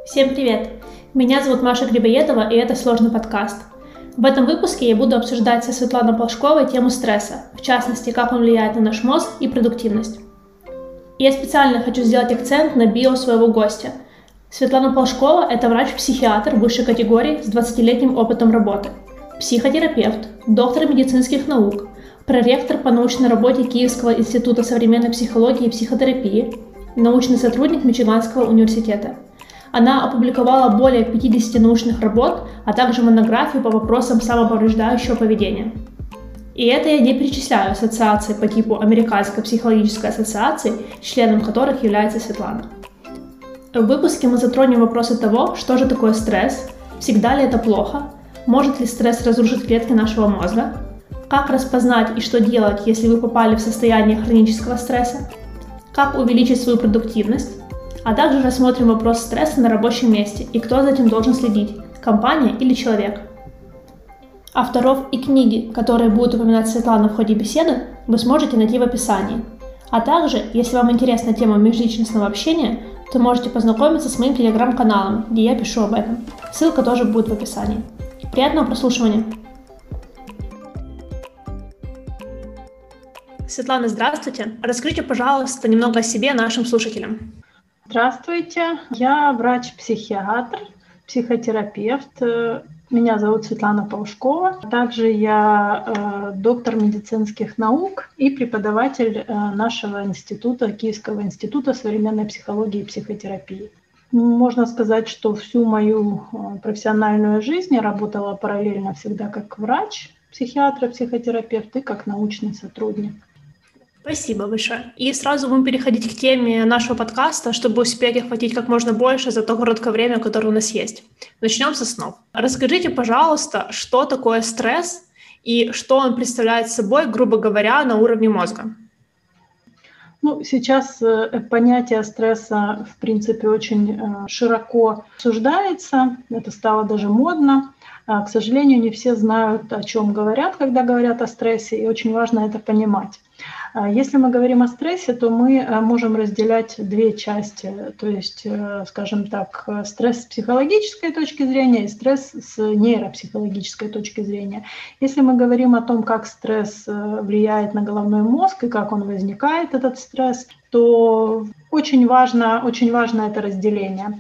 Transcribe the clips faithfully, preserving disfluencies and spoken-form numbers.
Всем привет! Меня зовут Маша Грибоедова, и это «Сложный подкаст». В этом выпуске я буду обсуждать со Светланой Полшковой тему стресса, в частности, как он влияет на наш мозг и продуктивность. Я специально хочу сделать акцент на био своего гостя. Светлана Полшкова – это врач-психиатр высшей категории с двадцатилетним опытом работы, психотерапевт, доктор медицинских наук, проректор по научной работе Киевского института современной психологии и психотерапии, научный сотрудник Мичиганского университета. Она опубликовала более пятидесяти научных работ, а также монографию по вопросам самоповреждающего поведения. И это я не перечисляю ассоциации по типу Американской психологической ассоциации, членом которых является Светлана. В выпуске мы затронем вопросы того, что же такое стресс, всегда ли это плохо, может ли стресс разрушить клетки нашего мозга, как распознать и что делать, если вы попали в состояние хронического стресса, как увеличить свою продуктивность, а также рассмотрим вопрос стресса на рабочем месте и кто за этим должен следить – компания или человек. Авторов и книги, которые будет упоминать Светлана в ходе беседы, вы сможете найти в описании. А также, если вам интересна тема межличностного общения, то можете познакомиться с моим телеграм-каналом, где я пишу об этом. Ссылка тоже будет в описании. Приятного прослушивания! Светлана, здравствуйте. Расскажите, пожалуйста, немного о себе нашим слушателям. Здравствуйте, я врач-психиатр, психотерапевт. Меня зовут Светлана Полшкова. Также я э, доктор медицинских наук и преподаватель э, нашего института, Киевского института современной психологии и психотерапии. Можно сказать, что всю мою э, профессиональную жизнь я работала параллельно всегда как врач, психиатр, психотерапевт и как научный сотрудник. Спасибо большое. И сразу будем переходить к теме нашего подкаста, чтобы успеть охватить как можно больше за то короткое время, которое у нас есть. Начнем со снов. Расскажите, пожалуйста, что такое стресс и что он представляет собой, грубо говоря, на уровне мозга? Ну, сейчас э, понятие стресса, в принципе, очень э, широко обсуждается. Это стало даже модно. А, к сожалению, не все знают, о чем говорят, когда говорят о стрессе, и очень важно это понимать. Если мы говорим о стрессе, то мы можем разделять две части, то есть, скажем так, стресс с психологической точки зрения и стресс с нейропсихологической точки зрения. Если мы говорим о том, как стресс влияет на головной мозг и как он возникает, этот стресс, то очень важно, очень важно это разделение.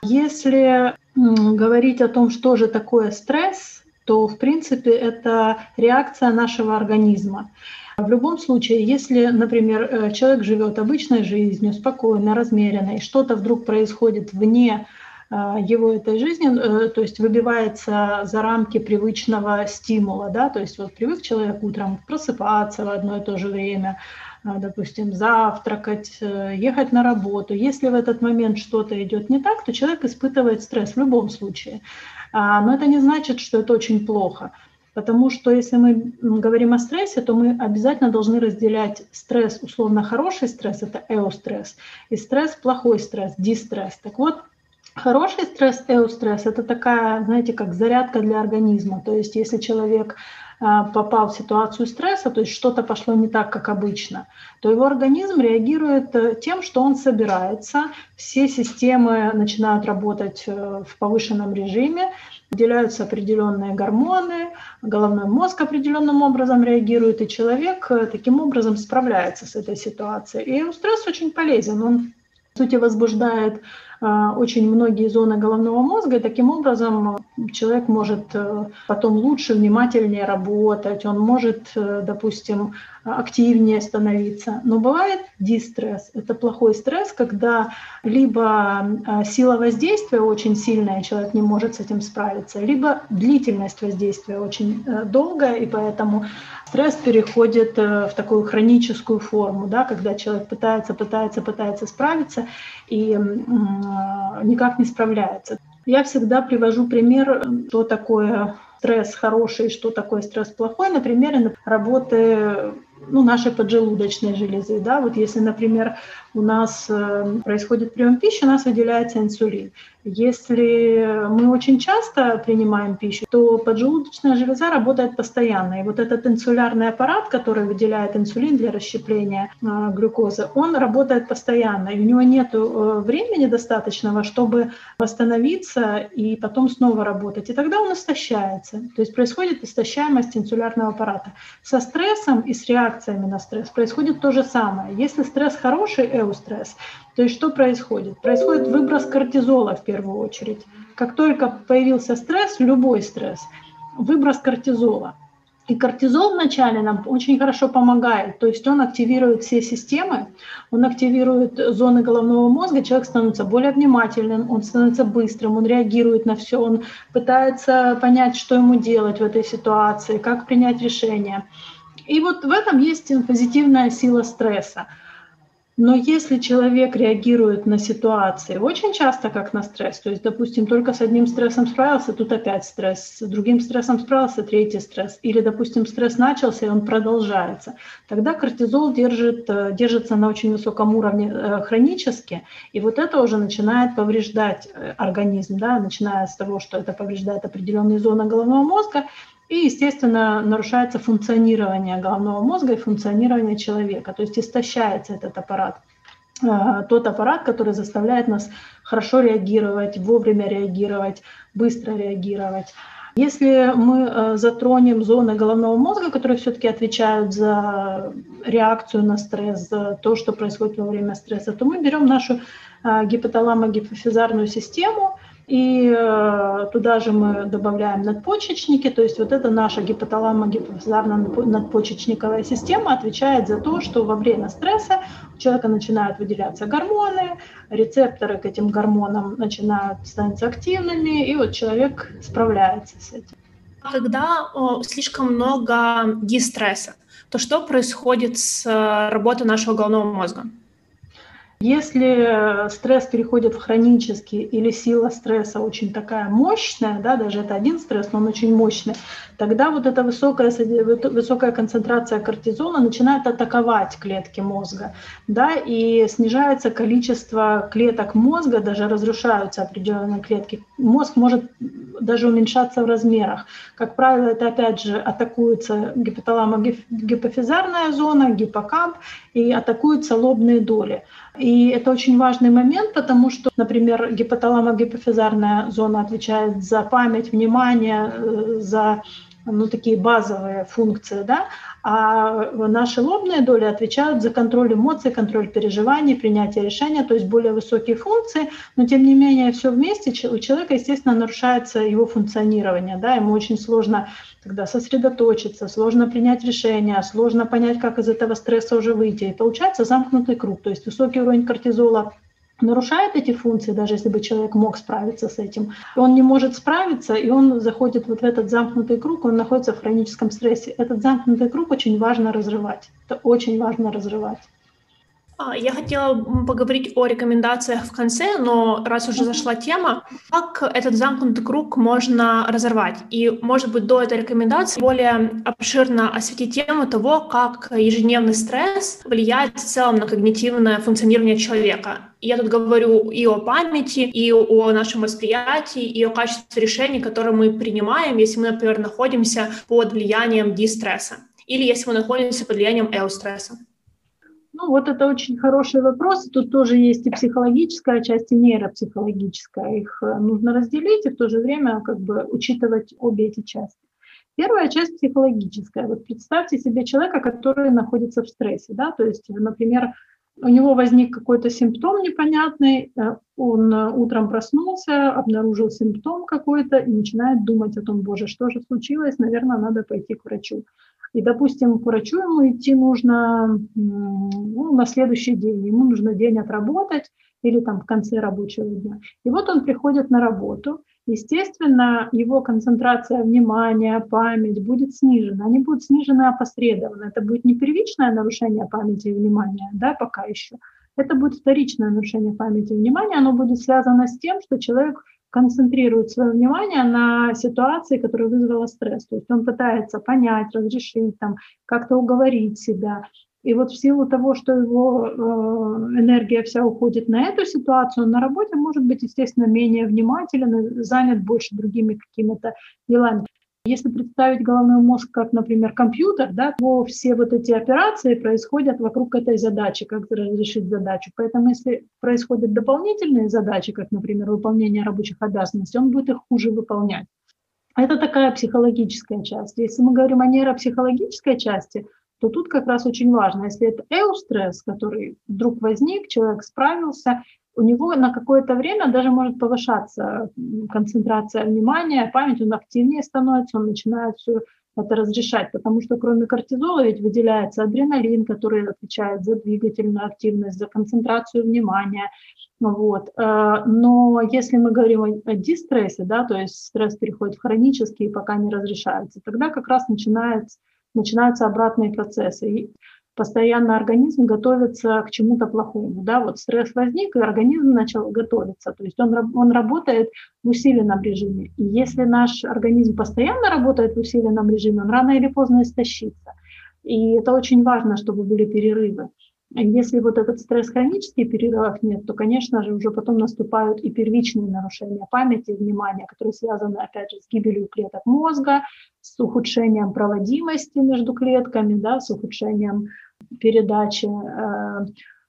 Если говорить о том, что же такое стресс, то, в принципе, это реакция нашего организма. В любом случае, если, например, человек живет обычной жизнью, спокойно, размеренно, и что-то вдруг происходит вне его этой жизни, то есть выбивается за рамки привычного стимула, да, то есть вот привык человек утром просыпаться в одно и то же время, допустим, завтракать, ехать на работу. Если в этот момент что-то идет не так, то человек испытывает стресс в любом случае. Но это не значит, что это очень плохо. Потому что если мы говорим о стрессе, то мы обязательно должны разделять стресс, условно хороший стресс, это эустресс, и стресс, плохой стресс, дистресс. Так вот, хороший стресс, эустресс, это такая, знаете, как зарядка для организма. То есть если человек попал в ситуацию стресса, то есть что-то пошло не так, как обычно, то его организм реагирует тем, что он собирается, все системы начинают работать в повышенном режиме, выделяются определенные гормоны, головной мозг определенным образом реагирует, и человек таким образом справляется с этой ситуацией. И стресс очень полезен, он, по сути, возбуждает очень многие зоны головного мозга, и таким образом человек может потом лучше, внимательнее работать, он может, допустим, активнее становиться. Но бывает дистресс, это плохой стресс, когда либо сила воздействия очень сильная, человек не может с этим справиться, либо длительность воздействия очень долгая, и поэтому стресс переходит в такую хроническую форму, да, когда человек пытается, пытается, пытается справиться и никак не справляется. Я всегда привожу пример, что такое стресс хороший, что такое стресс плохой, на примере работы ну, нашей поджелудочной железы. Да? Вот если, например, у нас происходит прием пищи, у нас выделяется инсулин. Если мы очень часто принимаем пищу, то поджелудочная железа работает постоянно. И вот этот инсулярный аппарат, который выделяет инсулин для расщепления глюкозы, он работает постоянно. И у него нет времени достаточного, чтобы восстановиться и потом снова работать. И тогда он истощается. То есть происходит истощаемость инсулярного аппарата. Со стрессом и с реакциями на стресс происходит то же самое. Если стресс хороший, эустресс, то есть что происходит? Происходит выброс кортизола в первую очередь. Как только появился стресс, любой стресс, выброс кортизола. И кортизол вначале нам очень хорошо помогает, то есть он активирует все системы, он активирует зоны головного мозга, человек становится более внимательным, он становится быстрым, он реагирует на все, он пытается понять, что ему делать в этой ситуации, как принять решение. И вот в этом есть позитивная сила стресса. Но если человек реагирует на ситуации очень часто как на стресс, то есть, допустим, только с одним стрессом справился, тут опять стресс, с другим стрессом справился, третий стресс, или, допустим, стресс начался, и он продолжается, тогда кортизол держит, держится на очень высоком уровне хронически, и вот это уже начинает повреждать организм, да, начиная с того, что это повреждает определенные зоны головного мозга, и, естественно, нарушается функционирование головного мозга и функционирование человека. То есть истощается этот аппарат, тот аппарат, который заставляет нас хорошо реагировать, вовремя реагировать, быстро реагировать. Если мы затронем зоны головного мозга, которые все-таки отвечают за реакцию на стресс, за то, что происходит во время стресса, то мы берем нашу гипоталамо-гипофизарную систему, и э, туда же мы добавляем надпочечники, то есть вот эта наша гипоталамо-гипофизарно-надпочечниковая система отвечает за то, что во время стресса у человека начинают выделяться гормоны, рецепторы к этим гормонам начинают становиться активными, и вот человек справляется с этим. Когда о, слишком много дистресса, то что происходит с работой нашего головного мозга? Если стресс переходит в хронический или сила стресса очень такая мощная, да, даже это один стресс, но он очень мощный, тогда вот эта высокая, высокая концентрация кортизола начинает атаковать клетки мозга, да, и снижается количество клеток мозга, даже разрушаются определенные клетки. Мозг может даже уменьшаться в размерах. Как правило, это опять же атакуется гипоталамо-гипофизарная зона, гиппокамп, и атакуются лобные доли. И это очень важный момент, потому что, например, гипоталамо-гипофизарная зона отвечает за память, внимание, за ну, такие базовые функции, да, а наши лобные доли отвечают за контроль эмоций, контроль переживаний, принятие решения, то есть более высокие функции, но тем не менее все вместе у человека, естественно, нарушается его функционирование, да, ему очень сложно тогда сосредоточиться, сложно принять решение, сложно понять, как из этого стресса уже выйти, и получается замкнутый круг, то есть высокий уровень кортизола нарушает эти функции, даже если бы человек мог справиться с этим. Он не может справиться, и он заходит вот в этот замкнутый круг, он находится в хроническом стрессе. Этот замкнутый круг очень важно разрывать. Это очень важно разрывать. Я хотела поговорить о рекомендациях в конце, но раз уже зашла тема, как этот замкнутый круг можно разорвать? И, может быть, до этой рекомендации более обширно осветить тему того, как ежедневный стресс влияет в целом на когнитивное функционирование человека. Я тут говорю и о памяти, и о нашем восприятии, и о качестве решений, которые мы принимаем, если мы, например, находимся под влиянием дистресса, или если мы находимся под влиянием эустресса. Ну, вот это очень хороший вопрос. Тут тоже есть и психологическая часть, и нейропсихологическая. Их нужно разделить и в то же время как бы учитывать обе эти части. Первая часть психологическая. Вот представьте себе человека, который находится в стрессе, да, то есть, например, у него возник какой-то симптом непонятный, он утром проснулся, обнаружил симптом какой-то и начинает думать о том, боже, что же случилось, наверное, надо пойти к врачу. И, допустим, к врачу ему идти нужно ну, на следующий день, ему нужно день отработать или там в конце рабочего дня. И вот он приходит на работу, естественно, его концентрация внимания, память будет снижена. Они будут снижены опосредованно. Это будет не первичное нарушение памяти и внимания, да, пока еще. Это будет вторичное нарушение памяти и внимания, оно будет связано с тем, что человек концентрирует свое внимание на ситуации, которая вызвала стресс. То есть он пытается понять, разрешить, там, как-то уговорить себя. И вот в силу того, что его э, энергия вся уходит на эту ситуацию, он на работе может быть, естественно, менее внимателен, занят больше другими какими-то делами. Если представить головной мозг как, например, компьютер, да, то все вот эти операции происходят вокруг этой задачи, как разрешить задачу. Поэтому если происходят дополнительные задачи, как, например, выполнение рабочих обязанностей, он будет их хуже выполнять. Это такая психологическая часть. Если мы говорим о нейропсихологической части, то тут как раз очень важно, если это эустресс, который вдруг возник, человек справился, у него на какое-то время даже может повышаться концентрация внимания, память, он активнее становится, он начинает все это разрешать, потому что кроме кортизола ведь выделяется адреналин, который отвечает за двигательную активность, за концентрацию внимания. Вот. Но если мы говорим о дистрессе, да, то есть стресс переходит в хронический, пока не разрешается, тогда как раз начинается, начинаются обратные процессы. И постоянно организм готовится к чему-то плохому. Да? Вот стресс возник, и организм начал готовиться. То есть он, он работает в усиленном режиме. И если наш организм постоянно работает в усиленном режиме, он рано или поздно истощится. И это очень важно, чтобы были перерывы. Если вот этот стресс хронический, перерывов нет, то, конечно же, уже потом наступают и первичные нарушения памяти, внимания, которые связаны, опять же, с гибелью клеток мозга, с ухудшением проводимости между клетками, да, с ухудшением передачи э,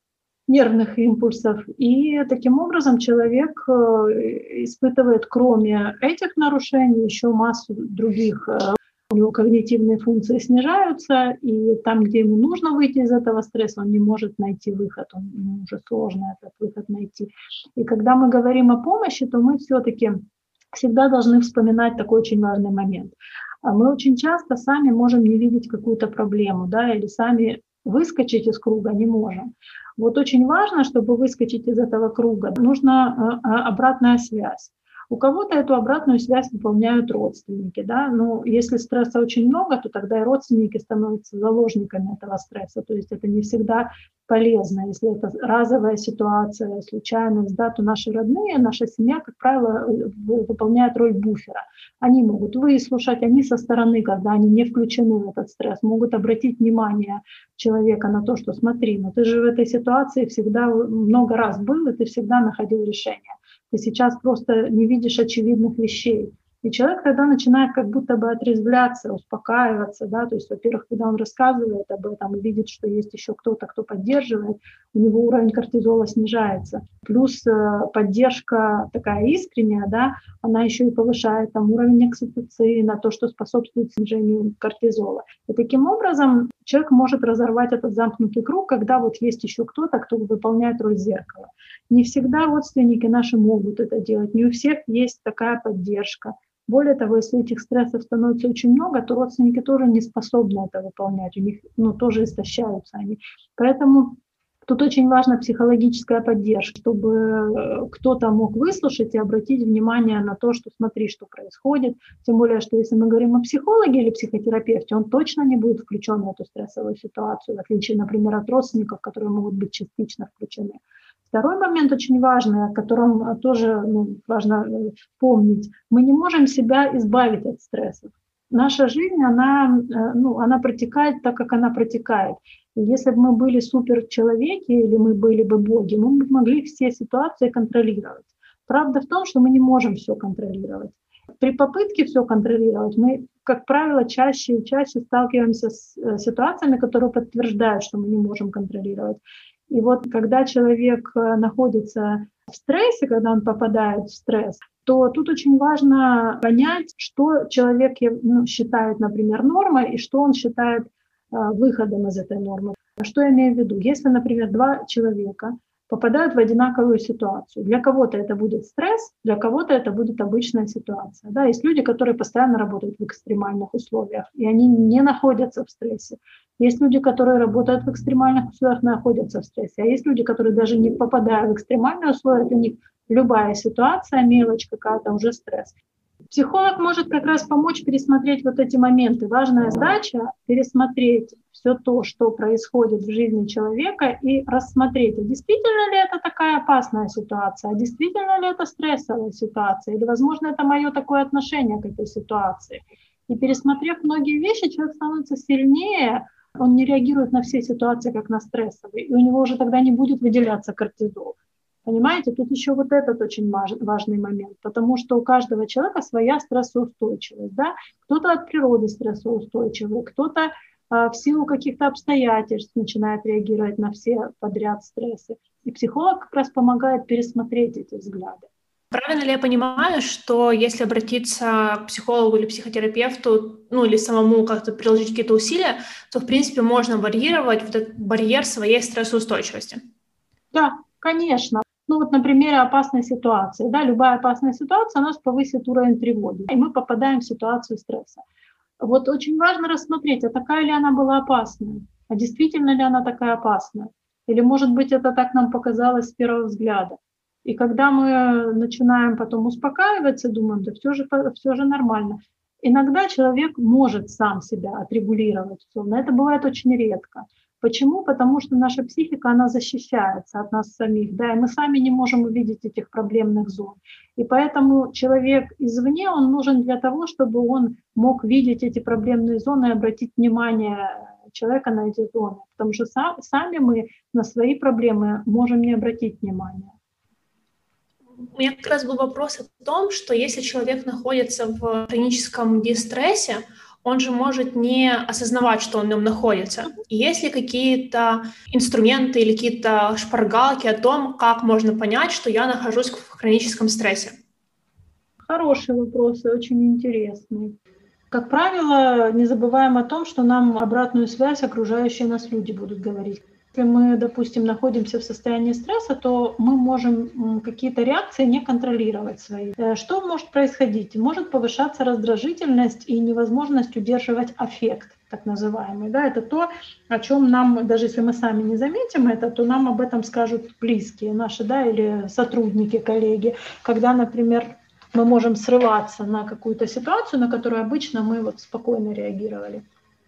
нервных импульсов. И таким образом человек э, испытывает, кроме этих нарушений, еще массу других. Э, у него когнитивные функции снижаются, и там, где ему нужно выйти из этого стресса, он не может найти выход, он, ему уже сложно этот выход найти. И когда мы говорим о помощи, то мы все-таки всегда должны вспоминать такой очень важный момент. Мы очень часто сами можем не видеть какую-то проблему, да, или сами выскочить из круга не можем. Вот очень важно, чтобы выскочить из этого круга, нужна обратная связь. У кого-то эту обратную связь выполняют родственники. Да? Но если стресса очень много, то тогда и родственники становятся заложниками этого стресса. То есть это не всегда полезно. Если это разовая ситуация, случайность, да, то наши родные, наша семья, как правило, выполняют роль буфера. Они могут выслушать, они со стороны, когда они не включены в этот стресс, могут обратить внимание человека на то, что смотри, но ты же в этой ситуации всегда много раз был, и ты всегда находил решение. Ты сейчас просто не видишь очевидных вещей. И человек тогда начинает как будто бы отрезвляться, успокаиваться. Да? То есть, во-первых, когда он рассказывает об этом и видит, что есть еще кто-то, кто поддерживает, у него уровень кортизола снижается. Плюс э, поддержка такая искренняя, да, она еще и повышает там, уровень окситоцина, то, что способствует снижению кортизола. И таким образом человек может разорвать этот замкнутый круг, когда вот есть еще кто-то, кто выполняет роль зеркала. Не всегда родственники наши могут это делать, не у всех есть такая поддержка. Более того, если этих стрессов становится очень много, то родственники тоже не способны это выполнять, у них ну, тоже истощаются они. Поэтому тут очень важна психологическая поддержка, чтобы кто-то мог выслушать и обратить внимание на то, что смотри, что происходит. Тем более, что если мы говорим о психологе или психотерапевте, он точно не будет включен в эту стрессовую ситуацию, в отличие, например, от родственников, которые могут быть частично включены. Второй момент очень важный, о котором тоже ну, важно помнить. Мы не можем себя избавить от стрессов. Наша жизнь, она, ну, она протекает так, как она протекает. И если бы мы были суперчеловеки или мы были бы боги, мы бы могли все ситуации контролировать. Правда в том, что мы не можем все контролировать. При попытке все контролировать мы, как правило, чаще и чаще сталкиваемся с ситуациями, которые подтверждают, что мы не можем контролировать. И вот когда человек находится в стрессе, когда он попадает в стресс, то тут очень важно понять, что человек ну, считает, например, нормой, и что он считает э, выходом из этой нормы. Что я имею в виду? Если, например, два человека попадают в одинаковую ситуацию, для кого-то это будет стресс, для кого-то это будет обычная ситуация. Да? Есть люди, которые постоянно работают в экстремальных условиях, и они не находятся в стрессе. Есть люди, которые работают в экстремальных условиях, находятся в стрессе. А есть люди, которые даже не попадая в экстремальные условия, для них любая ситуация, мелочь какая-то, уже стресс. Психолог может как раз помочь пересмотреть вот эти моменты. Важная задача — пересмотреть все то, что происходит в жизни человека, и рассмотреть, а действительно ли это такая опасная ситуация, а действительно ли это стрессовая ситуация, или, возможно, это мое такое отношение к этой ситуации. И пересмотрев многие вещи, человек становится сильнее, он не реагирует на все ситуации, как на стрессовые, и у него уже тогда не будет выделяться кортизол. Понимаете, тут еще вот этот очень важный момент, потому что у каждого человека своя стрессоустойчивость. Да? Кто-то от природы стрессоустойчивый, кто-то э, в силу каких-то обстоятельств начинает реагировать на все подряд стрессы. И психолог как раз помогает пересмотреть эти взгляды. Правильно ли я понимаю, что если обратиться к психологу или психотерапевту, ну или самому как-то приложить какие-то усилия, то в принципе можно варьировать вот этот барьер своей стрессоустойчивости? Да, конечно. Ну вот на примере опасной ситуации. Да, любая опасная ситуация у нас повысит уровень тревоги, и мы попадаем в ситуацию стресса. Вот очень важно рассмотреть, а такая ли она была опасная, а действительно ли она такая опасная. Или, может быть, это так нам показалось с первого взгляда. И когда мы начинаем потом успокаиваться, думаем, да все же, все же нормально. Иногда человек может сам себя отрегулировать, но это бывает очень редко. Почему? Потому что наша психика, она защищается от нас самих, да, и мы сами не можем увидеть этих проблемных зон. И поэтому человек извне, он нужен для того, чтобы он мог видеть эти проблемные зоны и обратить внимание человека на эти зоны. Потому что сам, сами мы на свои проблемы можем не обратить внимания. У меня как раз был вопрос о том, что если человек находится в хроническом дистрессе, он же может не осознавать, что он в нем находится. И есть ли какие-то инструменты или какие-то шпаргалки о том, как можно понять, что я нахожусь в хроническом стрессе? Хороший вопрос и очень интересный. Как правило, не забываем о том, что нам обратную связь окружающие нас люди будут говорить. Если мы, допустим, находимся в состоянии стресса, то мы можем какие-то реакции не контролировать свои. Что может происходить? Может повышаться раздражительность и невозможность удерживать аффект, так называемый. Да? Это то, о чем нам, даже если мы сами не заметим это, то нам об этом скажут близкие наши, да, или сотрудники, коллеги. Когда, например, мы можем срываться на какую-то ситуацию, на которую обычно мы вот спокойно реагировали.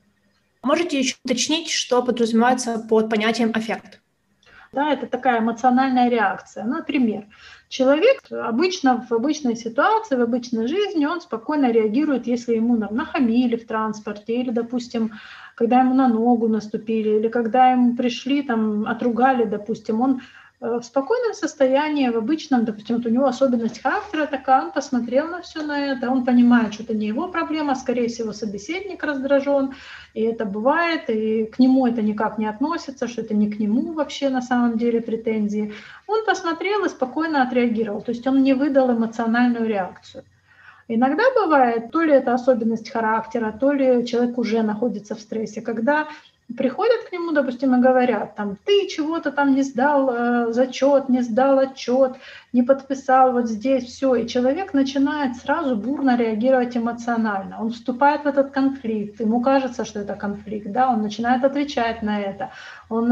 Можете еще уточнить, что подразумевается под понятием аффект? Да, это такая эмоциональная реакция. Например, человек обычно в обычной ситуации, в обычной жизни, он спокойно реагирует, если ему нахамили в транспорте, или, допустим, когда ему на ногу наступили, или когда ему пришли, там, отругали, допустим, он в спокойном состоянии, в обычном, допустим, вот у него особенность характера такая, он посмотрел на все на это, он понимает, что это не его проблема, скорее всего, собеседник раздражен, и это бывает, и к нему это никак не относится, что это не к нему вообще на самом деле претензии. Он посмотрел и спокойно отреагировал, то есть он не выдал эмоциональную реакцию. Иногда бывает, то ли это особенность характера, то ли человек уже находится в стрессе, когда приходят к нему, допустим, и говорят, там, ты чего-то там не сдал э, зачет, не сдал отчет, не подписал вот здесь все, и человек начинает сразу бурно реагировать эмоционально. Он вступает в этот конфликт, ему кажется, что это конфликт, да, он начинает отвечать на это, он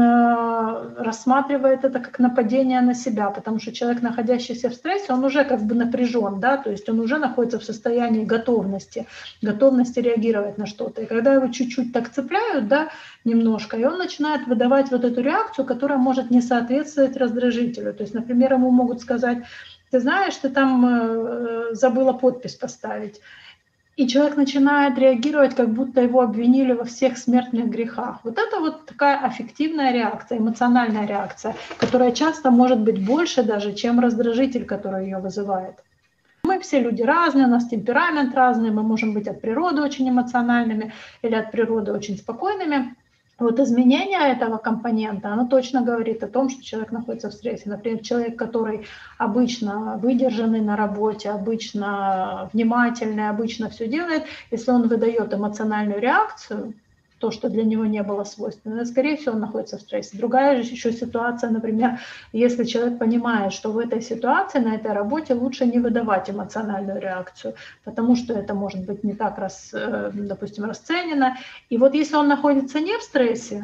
э, рассматривает это как нападение на себя, потому что человек, находящийся в стрессе, он уже как бы напряжен, да, то есть он уже находится в состоянии готовности, готовности реагировать на что-то. И когда его чуть-чуть так цепляют, да, немножко, и он начинает выдавать вот эту реакцию, которая может не соответствовать раздражителю. То есть, например, ему могут сказать, ты знаешь, ты там э, забыла подпись поставить. И человек начинает реагировать, как будто его обвинили во всех смертных грехах. Вот это вот такая аффективная реакция, эмоциональная реакция, которая часто может быть больше даже, чем раздражитель, который ее вызывает. Мы все люди разные, у нас темперамент разный, мы можем быть от природы очень эмоциональными или от природы очень спокойными. Вот изменение этого компонента, оно точно говорит о том, что человек находится в стрессе. Например, человек, который обычно выдержанный на работе, обычно внимательный, обычно все делает, если он выдает эмоциональную реакцию, то, что для него не было свойственно, скорее всего, он находится в стрессе. Другая же еще ситуация, например, если человек понимает, что в этой ситуации, на этой работе лучше не выдавать эмоциональную реакцию, потому что это может быть не так, рас, допустим, расценено. И вот если он находится не в стрессе,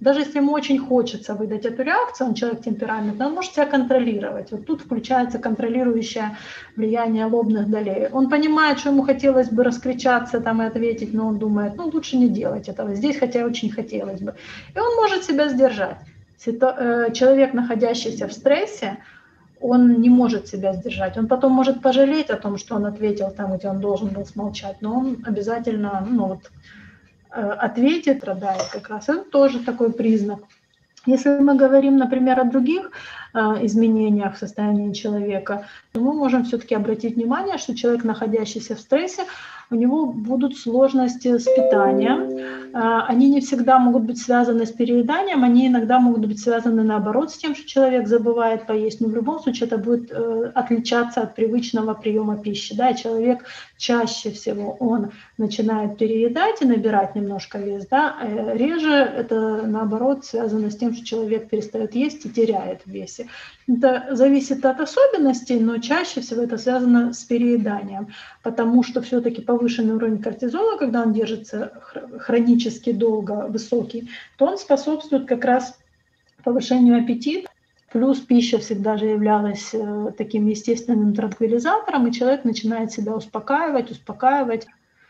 Даже если ему очень хочется выдать эту реакцию, он человек темпераментный, он может себя контролировать. Вот тут включается контролирующее влияние лобных долей. Он понимает, что ему хотелось бы раскричаться там и ответить, но он думает, ну лучше не делать этого здесь, хотя очень хотелось бы. И он может себя сдержать. Человек, находящийся в стрессе, он не может себя сдержать. Он потом может пожалеть о том, что он ответил там, где он должен был смолчать, но он обязательно ну, вот, ответит, страдает как раз. Это тоже такой признак. Если мы говорим, например, о других э, изменениях в состоянии человека, то мы можем все-таки обратить внимание, что человек, находящийся в стрессе, у него будут сложности с питанием. Э, они не всегда могут быть связаны с перееданием, они иногда могут быть связаны наоборот с тем, что человек забывает поесть. Но в любом случае это будет э, отличаться от привычного приема пищи. Да? Человек чаще всего он начинает переедать и набирать немножко вес. Да? Э, реже это наоборот связано с тем, что человек перестает есть и теряет в весе. Это зависит от особенностей, но чаще всего это связано с перееданием, потому что все-таки повышенный уровень кортизола, когда он держится хронически долго высокий, то он способствует как раз повышению аппетита. Плюс пища всегда же являлась таким естественным транквилизатором, и человек начинает себя успокаивать, успокаивать.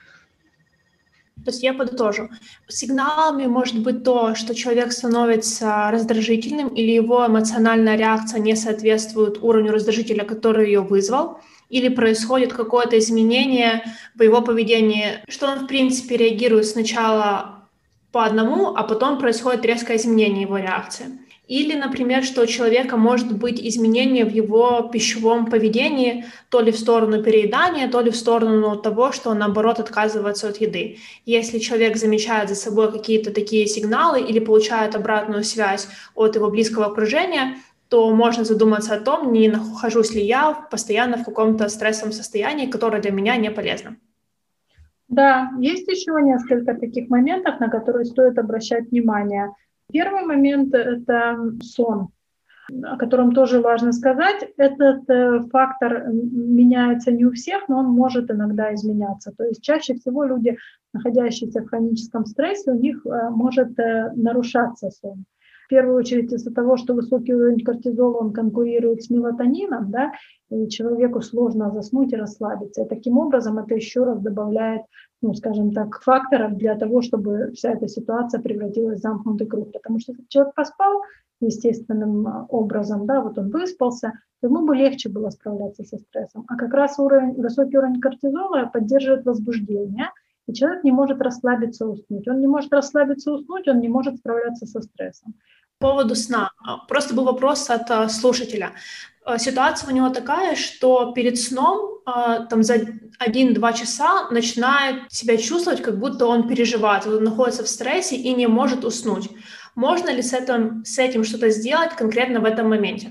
То есть я подытожу. Сигналами может быть то, что человек становится раздражительным или его эмоциональная реакция не соответствует уровню раздражителя, который ее вызвал, или происходит какое-то изменение в его поведении, что он, в принципе, реагирует сначала по одному, а потом происходит резкое изменение его реакции. Или, например, что у человека может быть изменение в его пищевом поведении то ли в сторону переедания, то ли в сторону того, что он, наоборот, отказывается от еды. Если человек замечает за собой какие-то такие сигналы или получает обратную связь от его близкого окружения, то можно задуматься о том, не нахожусь ли я постоянно в каком-то стрессовом состоянии, которое для меня не полезно. Да, есть еще несколько таких моментов, на которые стоит обращать внимание. Первый момент – это сон, о котором тоже важно сказать. Этот э, фактор меняется не у всех, но он может иногда изменяться. То есть чаще всего люди, находящиеся в хроническом стрессе, у них э, может э, нарушаться сон. В первую очередь из-за того, что высокий уровень кортизола, он конкурирует с мелатонином, да, и человеку сложно заснуть и расслабиться. И таким образом это еще раз добавляет, ну, скажем так, факторов для того, чтобы вся эта ситуация превратилась в замкнутый круг. Потому что если человек поспал естественным образом, да, вот он выспался, то ему бы легче было справляться со стрессом. А как раз уровень, высокий уровень кортизола поддерживает возбуждение, и человек не может расслабиться, уснуть. Он не может расслабиться, уснуть, он не может справляться со стрессом. По поводу сна. Просто был вопрос от слушателя. Ситуация у него такая, что перед сном там, за один-два часа начинает себя чувствовать, как будто он переживает, он находится в стрессе и не может уснуть. Можно ли с этим, с этим что-то сделать конкретно в этом моменте?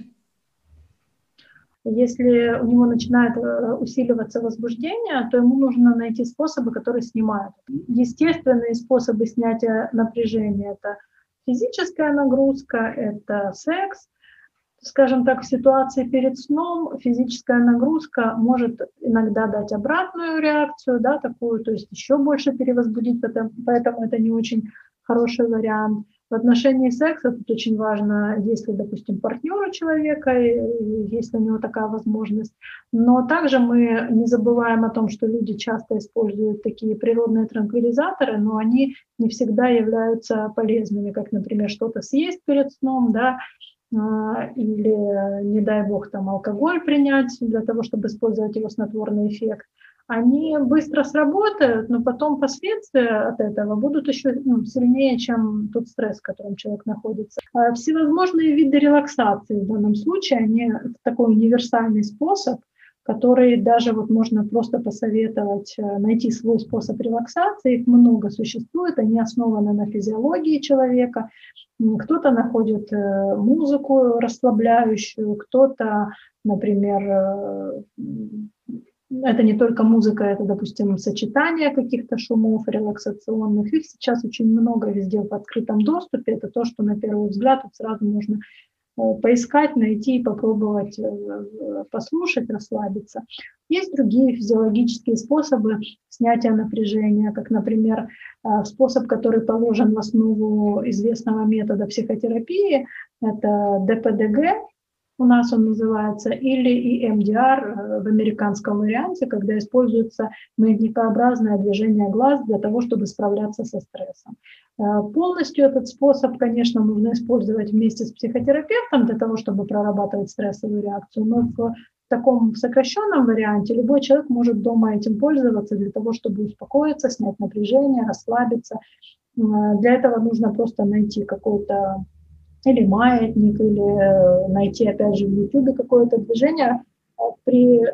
Если у него начинает усиливаться возбуждение, то ему нужно найти способы, которые снимают. Естественные способы снятия напряжения – это физическая нагрузка, это секс. Скажем так, в ситуации перед сном физическая нагрузка может иногда дать обратную реакцию, да, такую, то есть еще больше перевозбудить, поэтому это не очень хороший вариант. В отношении секса тут очень важно, если, допустим, партнер у человека, если у него такая возможность. Но также мы не забываем о том, что люди часто используют такие природные транквилизаторы, но они не всегда являются полезными, как, например, что-то съесть перед сном, да, или, не дай бог, там алкоголь принять для того, чтобы использовать его снотворный эффект. Они быстро сработают, но потом последствия от этого будут еще ну, сильнее, чем тот стресс, в котором человек находится. А всевозможные виды релаксации в данном случае, они такой универсальный способ, который даже вот можно просто посоветовать найти свой способ релаксации. Их много существует, они основаны на физиологии человека. Кто-то находит музыку расслабляющую, кто-то, например, это не только музыка, это, допустим, сочетание каких-то шумов релаксационных. Их сейчас очень много везде в открытом доступе. Это то, что на первый взгляд вот сразу можно поискать, найти и попробовать послушать, расслабиться. Есть другие физиологические способы снятия напряжения, как, например, способ, который положен в основу известного метода психотерапии, это дэ пэ дэ гэ, у нас он называется, или и эм ди ар в американском варианте, когда используется маятникообразное движение глаз для того, чтобы справляться со стрессом. Полностью этот способ, конечно, нужно использовать вместе с психотерапевтом для того, чтобы прорабатывать стрессовую реакцию, но в таком сокращенном варианте любой человек может дома этим пользоваться для того, чтобы успокоиться, снять напряжение, расслабиться. Для этого нужно просто найти какой-то или маятник, или найти, опять же, в YouTube какое-то движение. При,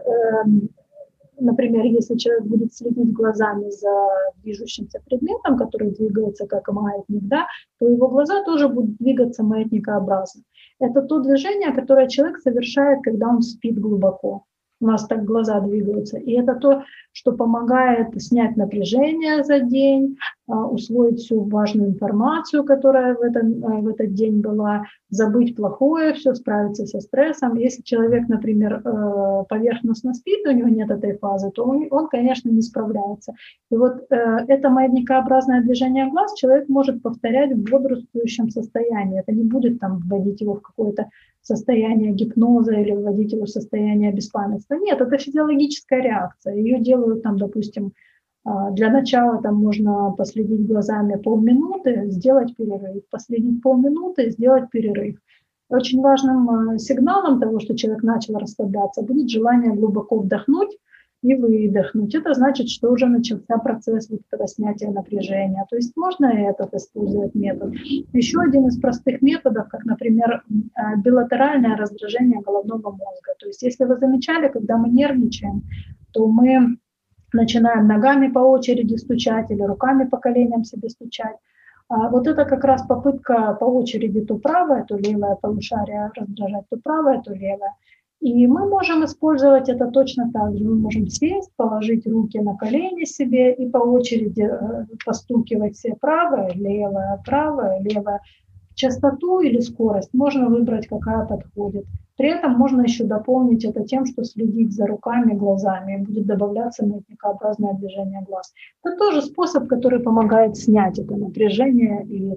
например, если человек будет следить глазами за движущимся предметом, который двигается как маятник, да, то его глаза тоже будут двигаться маятникообразно. Это то движение, которое человек совершает, когда он спит глубоко. У нас так глаза двигаются. И это то, что помогает снять напряжение за день, усвоить всю важную информацию, которая в, этом, в этот день была, забыть плохое, все, справиться со стрессом. Если человек, например, поверхностно спит, у него нет этой фазы, то он, он конечно, не справляется. И вот это маятникообразное движение глаз человек может повторять в бодрствующем состоянии. Это не будет там вводить его в какое-то состояние гипноза или вводить его в состояние беспамятства. Нет, это физиологическая реакция. Ее делают там, допустим, для начала там можно последить глазами полминуты, сделать перерыв, последить полминуты, сделать перерыв. Очень важным сигналом того, что человек начал расслабляться, будет желание глубоко вдохнуть и выдохнуть. Это значит, что уже начался процесс вот этого снятия напряжения. То есть можно этот использовать метод. Еще один из простых методов, как, например, билатеральное раздражение головного мозга. То есть если вы замечали, когда мы нервничаем, то мы начинаем ногами по очереди стучать или руками по коленям себе стучать. А вот это как раз попытка по очереди то правое, то левое полушарие раздражать, то правое, то левое. И мы можем использовать это точно так же. Мы можем сесть, положить руки на колени себе и по очереди постукивать все правое, левое, правое, левое. Частоту или скорость можно выбрать, какая подходит. При этом можно еще дополнить это тем, что следить за руками, глазами, и будет добавляться маятникообразное движение глаз. Это тоже способ, который помогает снять это напряжение и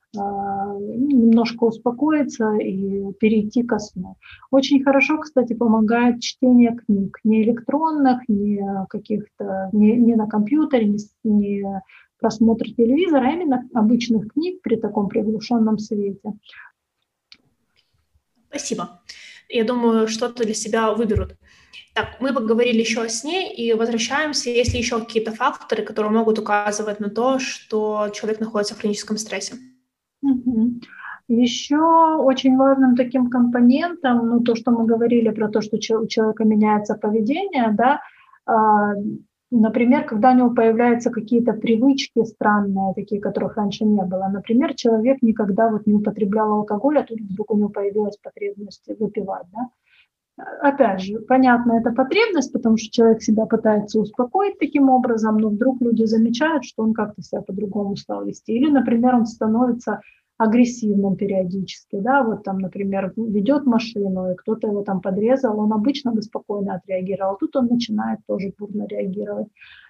немножко успокоиться и перейти ко сну. Очень хорошо, кстати, помогает чтение книг, не электронных, не каких-то, не, не на компьютере, не, не просмотр телевизора, а именно обычных книг при таком приглушенном свете. Спасибо. Я думаю, что-то для себя выберут. Так, мы поговорили еще о сне и возвращаемся, есть ли еще какие-то факторы, которые могут указывать на то, что человек находится в хроническом стрессе. Угу. Еще очень важным таким компонентом, ну, то, что мы говорили про то, что у человека меняется поведение, да, например, когда у него появляются какие-то привычки странные, такие, которых раньше не было. Например, человек никогда вот не употреблял алкоголь, а тут вдруг у него появилась потребность выпивать, да. Опять же, понятно, это потребность, потому что человек себя пытается успокоить таким образом, но вдруг люди замечают, что он как-то себя по-другому стал вести. Или, например, он становится агрессивным периодически, да, вот там, например, ведет машину, и кто-то его там подрезал, он обычно бы спокойно отреагировал, тут он начинает тоже бурно реагировать.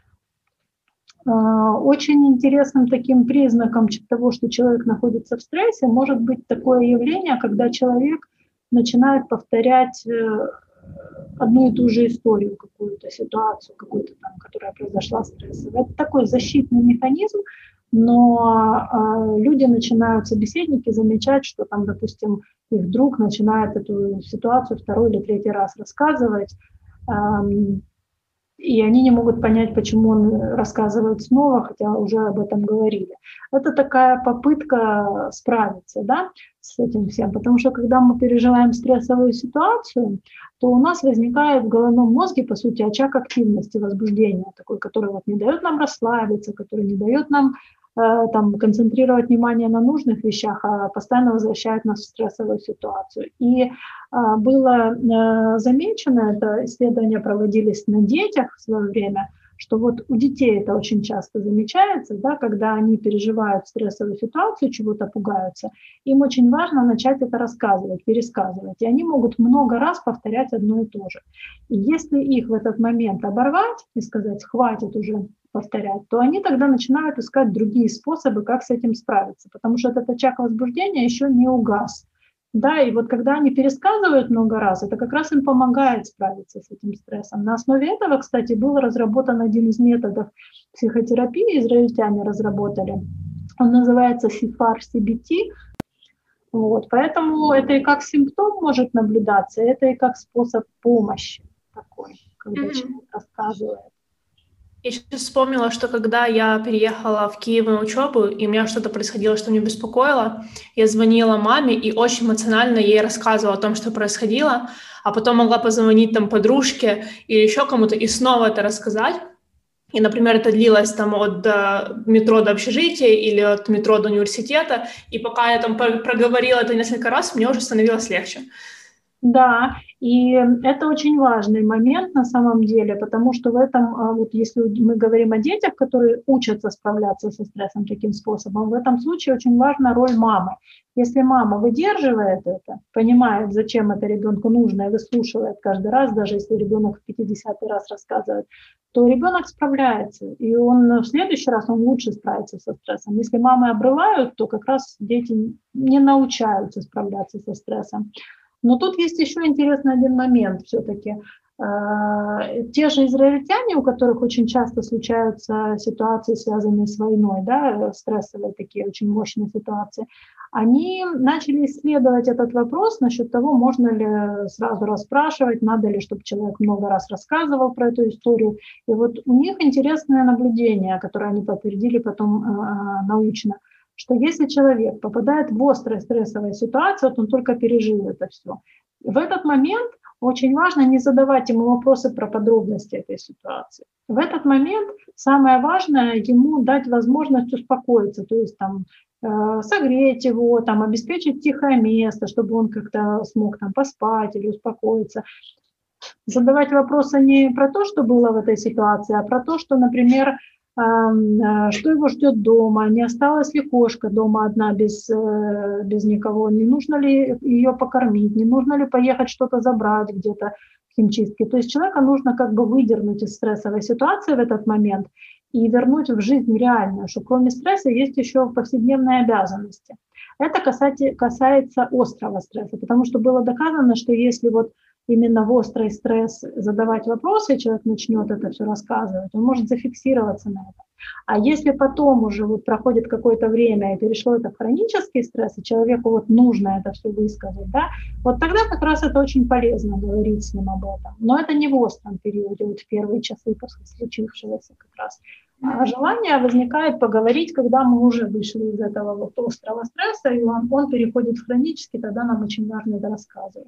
Очень интересным таким признаком того, что человек находится в стрессе, может быть такое явление, когда человек начинает повторять одну и ту же историю, какую-то ситуацию, какую-то там, которая произошла стрессовая. Это такой защитный механизм, но э, люди начинают, собеседники, замечать, что там, допустим, их друг начинает эту ситуацию второй или третий раз рассказывать, э, и они не могут понять, почему он рассказывает снова, хотя уже об этом говорили. Это такая попытка справиться, да, с этим всем, потому что когда мы переживаем стрессовую ситуацию, то у нас возникает в головном мозге, по сути, очаг активности, возбуждения, такой, который вот не дает нам расслабиться, который не дает нам э, там, концентрировать внимание на нужных вещах, а постоянно возвращает нас в стрессовую ситуацию. И э, было э, замечено, это исследования проводились на детях в свое время, что вот у детей это очень часто замечается, да, когда они переживают стрессовую ситуацию, чего-то пугаются, им очень важно начать это рассказывать, пересказывать, и они могут много раз повторять одно и то же. И если их в этот момент оборвать и сказать «хватит уже повторять», то они тогда начинают искать другие способы, как с этим справиться, потому что этот очаг возбуждения еще не угас. Да, и вот когда они пересказывают много раз, это как раз им помогает справиться с этим стрессом. На основе этого, кстати, был разработан один из методов психотерапии, израильтяне разработали. Он называется си эф ар си би ти. Вот, поэтому это и как симптом может наблюдаться, это и как способ помощи такой, когда mm-hmm. человек рассказывает. Я сейчас вспомнила, что когда я переехала в Киев на учебу, и у меня что-то происходило, что меня беспокоило, я звонила маме и очень эмоционально ей рассказывала о том, что происходило, а потом могла позвонить там подружке или еще кому-то и снова это рассказать. И, например, это длилось там от до метро до общежития или от метро до университета, и пока я там проговорила это несколько раз, мне уже становилось легче. Да, и это очень важный момент на самом деле, потому что в этом, вот если мы говорим о детях, которые учатся справляться со стрессом таким способом, в этом случае очень важна роль мамы. Если мама выдерживает это, понимает, зачем это ребенку нужно, и выслушивает каждый раз, даже если ребенок в пятидесятый раз рассказывает, то ребенок справляется, и он в следующий раз он лучше справится со стрессом. Если мамы обрывают, то как раз дети не научаются справляться со стрессом. Но тут есть еще интересный один момент все-таки. Те же израильтяне, у которых очень часто случаются ситуации, связанные с войной, да, стрессовые такие очень мощные ситуации, они начали исследовать этот вопрос насчет того, можно ли сразу расспрашивать, надо ли, чтобы человек много раз рассказывал про эту историю. И вот у них интересное наблюдение, которое они подтвердили потом э, научно, что если человек попадает в острую стрессовую ситуацию, вот он только пережил это все. В этот момент очень важно не задавать ему вопросы про подробности этой ситуации. В этот момент самое важное ему дать возможность успокоиться, то есть там, э, согреть его, там, обеспечить тихое место, чтобы он как-то смог там, поспать или успокоиться. Задавать вопросы не про то, что было в этой ситуации, а про то, что, например, что его ждет дома, не осталась ли кошка дома одна без, без никого, не нужно ли ее покормить, не нужно ли поехать что-то забрать где-то в химчистке. То есть человека нужно как бы выдернуть из стрессовой ситуации в этот момент и вернуть в жизнь реальную, что кроме стресса есть еще повседневные обязанности. Это касается, касается острого стресса, потому что было доказано, что если вот именно в острый стресс задавать вопросы, и человек начнет это все рассказывать, он может зафиксироваться на этом. А если потом уже вот проходит какое-то время и перешло это в хронический стресс, и человеку вот нужно это все высказать, да, вот тогда как раз это очень полезно говорить с ним об этом. Но это не в остром периоде, вот в первые часы после случившегося как раз. А желание возникает поговорить, когда мы уже вышли из этого вот острого стресса, и он, он переходит в хронический, тогда нам очень важно это рассказывать.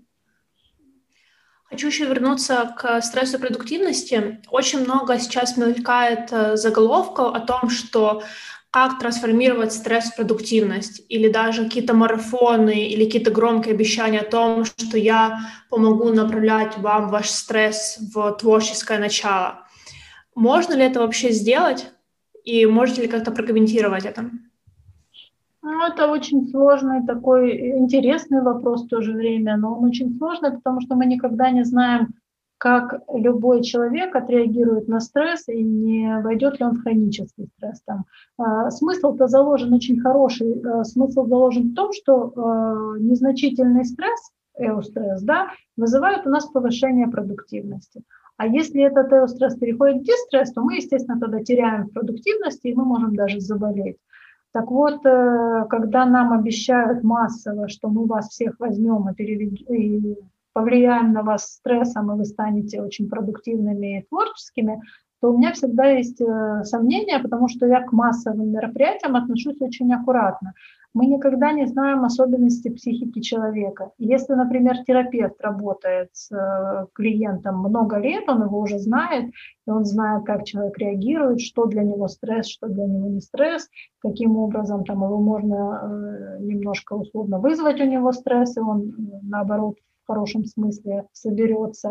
Хочу еще вернуться к стрессу продуктивности. Очень много сейчас мелькает заголовков о том, что как трансформировать стресс в продуктивность, или даже какие-то марафоны, или какие-то громкие обещания о том, что я помогу направлять вам ваш стресс в творческое начало. Можно ли это вообще сделать? И можете ли как-то прокомментировать это? Ну, это очень сложный такой интересный вопрос в то же время, но он очень сложный, потому что мы никогда не знаем, как любой человек отреагирует на стресс и не войдет ли он в хронический стресс. Там, э, смысл-то заложен очень хороший. Э, смысл заложен в том, что э, незначительный стресс, эустресс, да, вызывает у нас повышение продуктивности. А если этот эустресс переходит в дистресс, то мы, естественно, тогда теряем в продуктивности, и мы можем даже заболеть. Так вот, когда нам обещают массово, что мы вас всех возьмем и, переведем, и повлияем на вас стрессом, и вы станете очень продуктивными и творческими, то у меня всегда есть сомнения, потому что я к массовым мероприятиям отношусь очень аккуратно. Мы никогда не знаем особенностей психики человека. Если, например, терапевт работает с клиентом много лет, он его уже знает, и он знает, как человек реагирует, что для него стресс, что для него не стресс, каким образом там, его можно немножко условно вызвать у него стресс, и он, наоборот, в хорошем смысле соберется.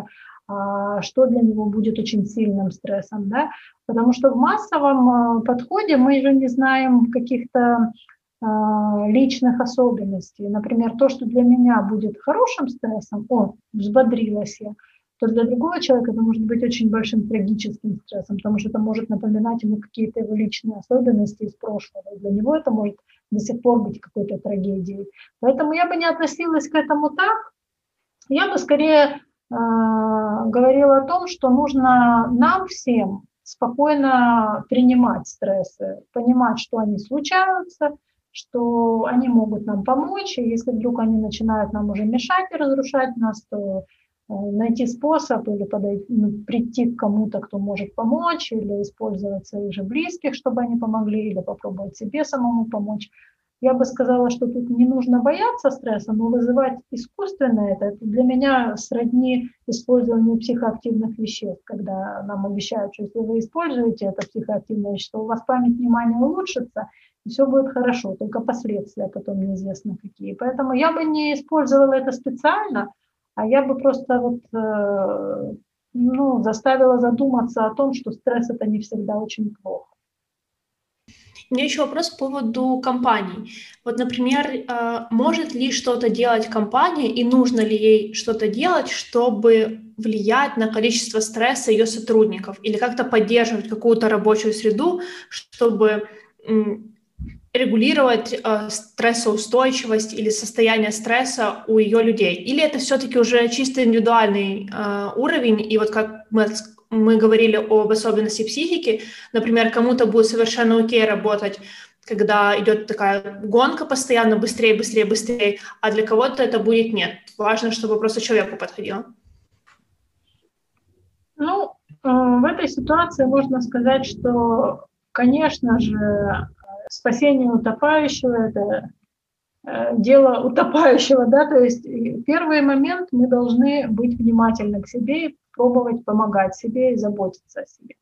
что для него будет очень сильным стрессом, да, потому что в массовом подходе мы же не знаем каких-то личных особенностей. Например, то, что для меня будет хорошим стрессом, о, взбодрилась я, то для другого человека это может быть очень большим трагическим стрессом, потому что это может напоминать ему какие-то его личные особенности из прошлого. И для него это может до сих пор быть какой-то трагедией. Поэтому я бы не относилась к этому так. Я бы скорее э, говорила о том, что нужно нам всем спокойно принимать стрессы, понимать, что они случаются, что они могут нам помочь, и если вдруг они начинают нам уже мешать и разрушать нас, то найти способ или подойти, ну, прийти к кому-то, кто может помочь, или использовать своих же близких, чтобы они помогли, или попробовать себе самому помочь. Я бы сказала, что тут не нужно бояться стресса, но вызывать искусственно это, это для меня сродни использованию психоактивных веществ, когда нам обещают, что если вы используете это психоактивное вещество, у вас память внимания улучшится, и все будет хорошо, только последствия потом неизвестно какие. Поэтому я бы не использовала это специально, а я бы просто вот, э, ну, заставила задуматься о том, что стресс – это не всегда очень плохо. У меня еще вопрос по поводу компаний. Вот, например, может ли что-то делать компания и нужно ли ей что-то делать, чтобы влиять на количество стресса ее сотрудников или как-то поддерживать какую-то рабочую среду, чтобы регулировать стрессоустойчивость или состояние стресса у ее людей? Или это все-таки уже чисто индивидуальный уровень, и вот как мы Мы говорили об особенности психики. Например, кому-то будет совершенно окей работать, когда идет такая гонка постоянно, быстрее, быстрее, быстрее, а для кого-то это будет нет. Важно, чтобы просто человеку подходило. Ну, в этой ситуации можно сказать, что, конечно же, спасение утопающего – это дело утопающего, да, то есть первый момент мы должны быть внимательны к себе, пробовать помогать себе и заботиться о себе.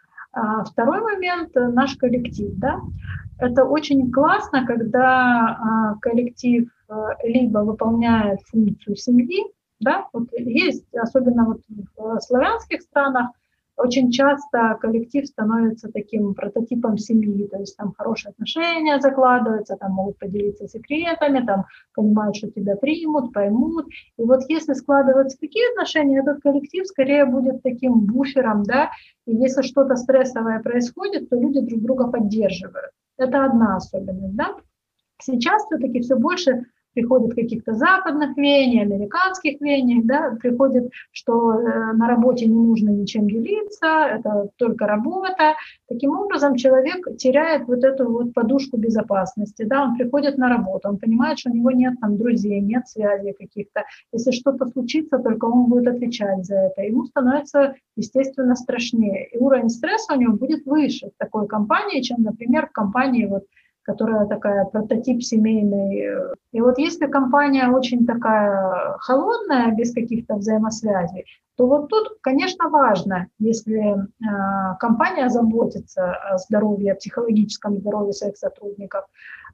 А второй момент – наш коллектив, да. Это очень классно, когда коллектив либо выполняет функцию семьи, да, вот есть, особенно вот в славянских странах, очень часто коллектив становится таким прототипом семьи, то есть там хорошие отношения закладываются, там могут поделиться секретами, там понимают, что тебя примут, поймут. И вот если складываются такие отношения, этот коллектив скорее будет таким буфером, да, и если что-то стрессовое происходит, то люди друг друга поддерживают. Это одна особенность, да. Сейчас все-таки все больше приходит каких-то западных веяний, американских веяний, да, приходит, что э, на работе не нужно ничем делиться, это только работа. Таким образом, человек теряет вот эту вот подушку безопасности, да, он приходит на работу, он понимает, что у него нет там друзей, нет связей каких-то. Если что-то случится, только он будет отвечать за это. Ему становится, естественно, страшнее. И уровень стресса у него будет выше в такой компании, чем, например, в компании вот, которая такая прототип семейный. И вот если компания очень такая холодная, без каких-то взаимосвязей, то вот тут, конечно, важно, если э, компания заботится о здоровье, о психологическом здоровье своих сотрудников,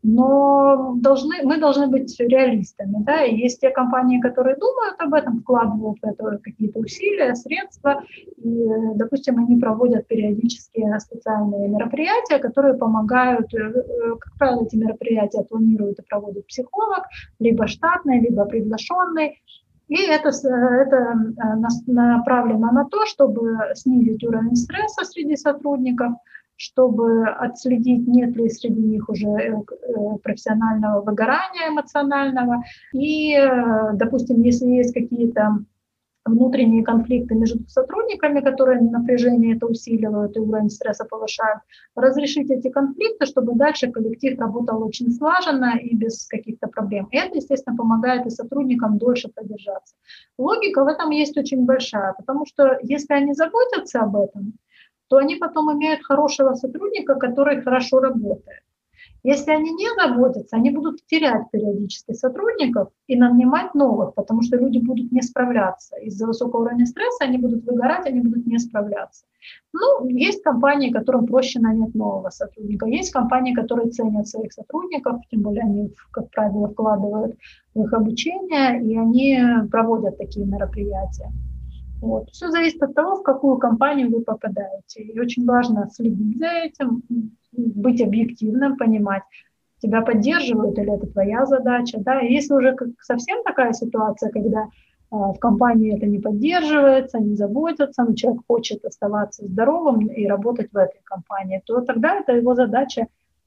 но должны, мы должны быть реалистами. Да? И есть те компании, которые думают об этом, вкладывают в это какие-то усилия, средства, и, допустим, они проводят периодически специальные мероприятия, которые помогают, как правило, эти мероприятия планирует и проводит психолог, либо штатный, либо приглашенный. И это, это направлено на то, чтобы снизить уровень стресса среди сотрудников, чтобы отследить, нет ли среди них уже профессионального выгорания эмоционального. И, допустим, если есть какие-то внутренние конфликты между сотрудниками, которые напряжение это усиливают и уровень стресса повышают, разрешить эти конфликты, чтобы дальше коллектив работал очень слаженно и без каких-то проблем. И это, естественно, помогает и сотрудникам дольше продержаться. Логика в этом есть очень большая, потому что если они заботятся об этом, то они потом имеют хорошего сотрудника, который хорошо работает. Если они не заботятся, они будут терять периодически сотрудников и нанимать новых, потому что люди будут не справляться. Из-за высокого уровня стресса они будут выгорать, они будут не справляться. Ну, есть компании, которым проще нанять нового сотрудника. Есть компании, которые ценят своих сотрудников, тем более они, как правило, вкладывают в их обучение, и они проводят такие мероприятия. Вот. Все зависит от того, в какую компанию вы попадаете. И очень важно следить за этим, быть объективным, понимать, тебя поддерживают или это твоя задача. Да? И если уже как совсем такая ситуация, когда э, в компании это не поддерживается, не заботятся, но человек хочет оставаться здоровым и работать в этой компании, то тогда это его задача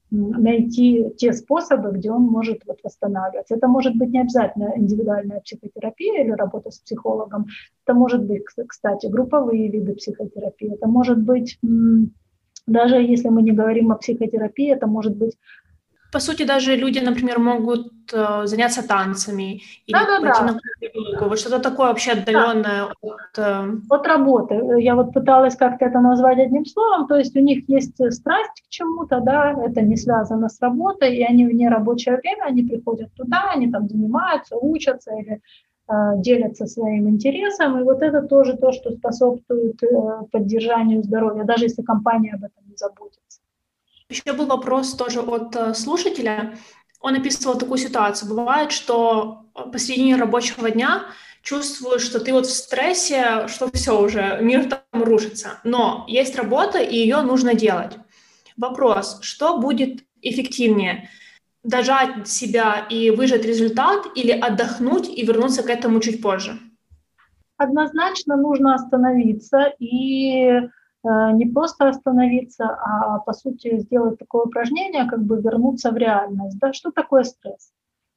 найти те способы, где он может вот восстанавливаться. Это может быть не обязательно индивидуальная психотерапия или работа с психологом. Это может быть, кстати, групповые виды психотерапии. Это может быть, даже если мы не говорим о психотерапии, это может быть... По сути, даже люди, например, могут э, заняться танцами или да, да, пойти да. на прогулку. Вот что-то такое вообще отдаленное да. от... Э... От работы. Я вот пыталась как-то это назвать одним словом, то есть у них есть страсть к чему-то, да, это не связано с работой, и они в нерабочее время, они приходят туда, они там занимаются, учатся или э, делятся своим интересом, и вот это тоже то, что способствует э, поддержанию здоровья, даже если компания об этом не заботится. Еще был вопрос тоже от э, слушателя. Он описывал такую ситуацию. Бывает, что посредине рабочего дня чувствуешь, что ты вот в стрессе, что все уже, мир там рушится. Но есть работа, и ее нужно делать. Вопрос, что будет эффективнее? Дожать себя и выжать результат или отдохнуть и вернуться к этому чуть позже? Однозначно нужно остановиться и не просто остановиться, а по сути сделать такое упражнение, как бы вернуться в реальность. Да? Что такое стресс?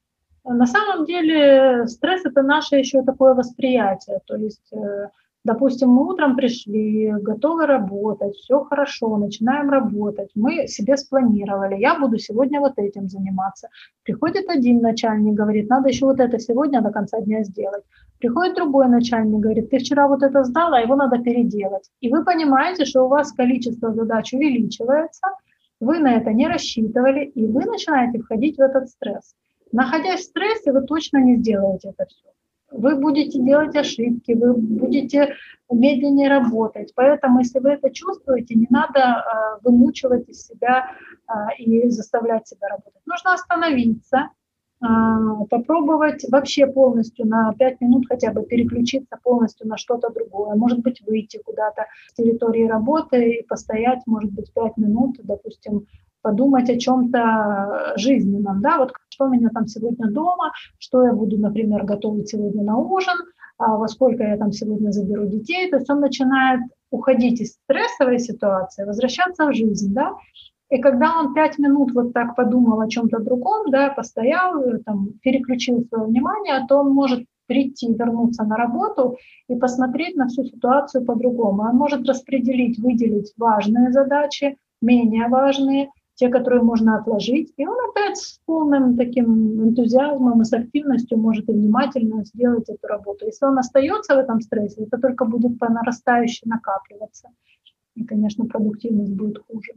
На самом деле стресс – это наше еще такое восприятие. То есть, допустим, мы утром пришли, готовы работать, все хорошо, начинаем работать. Мы себе спланировали, я буду сегодня вот этим заниматься. Приходит один начальник, говорит, надо еще вот это сегодня до конца дня сделать. Приходит другой начальник, говорит, ты вчера вот это сдала, его надо переделать. И вы понимаете, что у вас количество задач увеличивается, вы на это не рассчитывали, и вы начинаете входить в этот стресс. Находясь в стрессе, вы точно не сделаете это все. Вы будете делать ошибки, вы будете медленнее работать. Поэтому, если вы это чувствуете, не надо э, вымучивать из себя э, и заставлять себя работать. Нужно остановиться, э, попробовать вообще полностью на пять минут хотя бы переключиться полностью на что-то другое. Может быть, выйти куда-то с территории работы и постоять, может быть, пять минут, допустим, подумать о чем-то жизненном, да, вот что у меня там сегодня дома, что я буду, например, готовить сегодня на ужин, а во сколько я там сегодня заберу детей, то есть он начинает уходить из стрессовой ситуации, возвращаться в жизнь, да, и когда он пять минут вот так подумал о чем-то другом, да, постоял, там, переключил свое внимание, то он может прийти, вернуться на работу и посмотреть на всю ситуацию по-другому. Он может распределить, выделить важные задачи, менее важные, те, которые можно отложить, и он опять с полным таким энтузиазмом и с активностью может и внимательно сделать эту работу. Если он остается в этом стрессе, это только будет по нарастающей накапливаться. И, конечно, продуктивность будет хуже.